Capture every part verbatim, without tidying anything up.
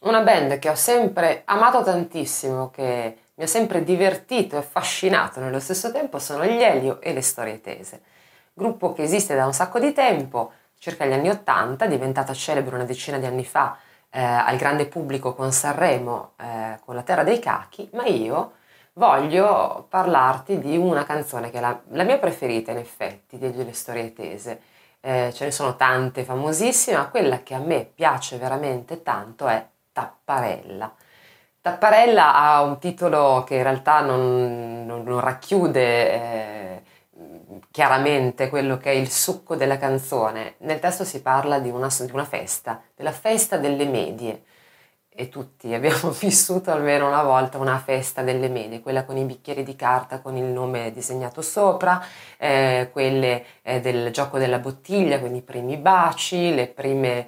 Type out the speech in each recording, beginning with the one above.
Una band che ho sempre amato tantissimo, che mi ha sempre divertito e affascinato nello stesso tempo, sono gli Elio e le Storie Tese. Gruppo che esiste da un sacco di tempo, circa gli anni Ottanta, diventata celebre una decina di anni fa eh, al grande pubblico con Sanremo, eh, con La Terra dei Cachi, ma io voglio parlarti di una canzone che è la, la mia preferita in effetti, di Elio e le Storie Tese. Eh, ce ne sono tante famosissime, ma quella che a me piace veramente tanto è Tapparella. Tapparella ha un titolo che in realtà non, non- non racchiude eh, chiaramente quello che è il succo della canzone. Nel testo si parla di una, di una festa, della festa delle medie. E tutti abbiamo vissuto almeno una volta una festa delle medie, quella con i bicchieri di carta con il nome disegnato sopra, eh, quelle eh, del gioco della bottiglia, quindi i primi baci, le prime,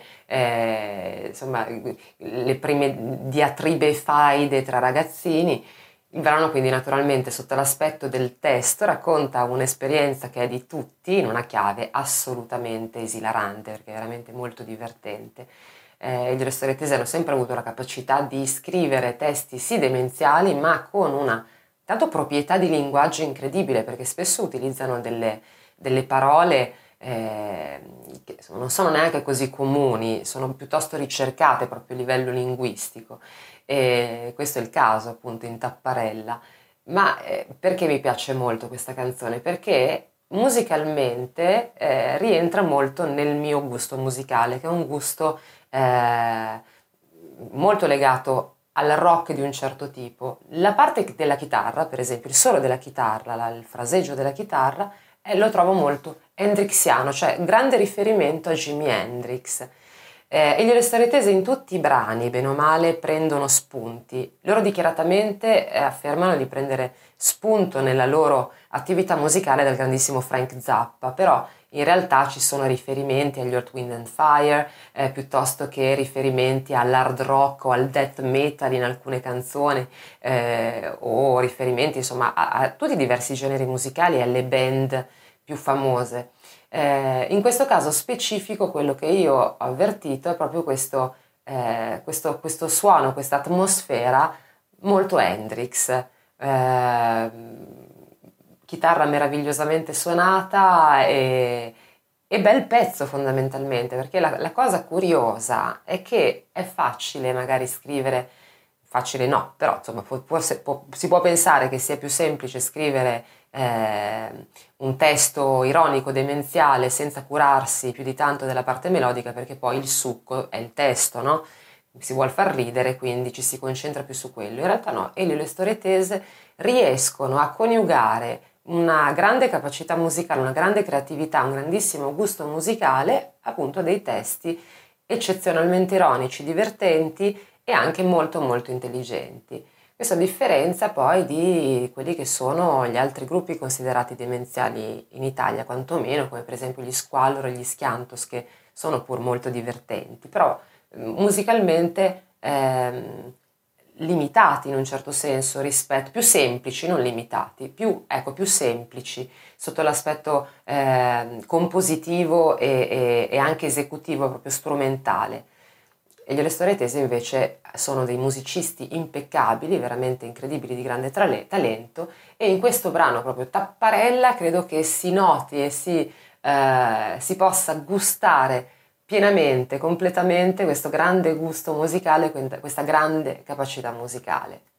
eh, insomma, le prime diatribe e faide tra ragazzini. Il brano quindi naturalmente sotto l'aspetto del testo racconta un'esperienza che è di tutti in una chiave assolutamente esilarante, perché è veramente molto divertente. Eh, le storie tese hanno sempre avuto la capacità di scrivere testi sì demenziali, ma con una tanto proprietà di linguaggio incredibile, perché spesso utilizzano delle, delle parole eh, che non sono neanche così comuni, sono piuttosto ricercate proprio a livello linguistico. E questo è il caso appunto in Tapparella. Ma eh, perché mi piace molto questa canzone? Perché musicalmente eh, rientra molto nel mio gusto musicale, che è un gusto eh, molto legato al rock di un certo tipo. La parte della chitarra, per esempio, il solo della chitarra, la- il fraseggio della chitarra, eh, lo trovo molto hendrixiano, cioè grande riferimento a Jimi Hendrix. Eh, e gliele storie tese in tutti i brani, bene o male, prendono spunti. Loro dichiaratamente eh, affermano di prendere spunto nella loro attività musicale dal grandissimo Frank Zappa, però in realtà ci sono riferimenti agli Earth, Wind and Fire, eh, piuttosto che riferimenti all'hard rock o al death metal in alcune canzoni, eh, o riferimenti insomma a, a tutti i diversi generi musicali e alle band più famose. Eh, in questo caso specifico quello che io ho avvertito è proprio questo, eh, questo, questo suono, questa atmosfera molto Hendrix, eh, chitarra meravigliosamente suonata e, e bel pezzo fondamentalmente, perché la, la cosa curiosa è che è facile magari scrivere, facile no, però insomma può- può- può- si può pensare che sia più semplice scrivere eh, un testo ironico, demenziale, senza curarsi più di tanto della parte melodica, perché poi il succo è il testo, no? Si vuol far ridere, quindi ci si concentra più su quello. In realtà no, Elio e le storie tese riescono a coniugare una grande capacità musicale, una grande creatività, un grandissimo gusto musicale, appunto dei testi eccezionalmente ironici, divertenti e anche molto molto intelligenti. Questa differenza poi di quelli che sono gli altri gruppi considerati demenziali in Italia, quantomeno, come per esempio gli Squallor e gli Schiantos, che sono pur molto divertenti, però eh, musicalmente ehm, limitati in un certo senso rispetto, più semplici, non limitati, più, ecco, più semplici sotto l'aspetto ehm, compositivo e, e- e anche esecutivo, proprio strumentale. E gli Storie Tese invece sono dei musicisti impeccabili, veramente incredibili, di grande trale- talento, e in questo brano proprio Tapparella credo che si noti e si, eh, si possa gustare pienamente, completamente questo grande gusto musicale, questa grande capacità musicale.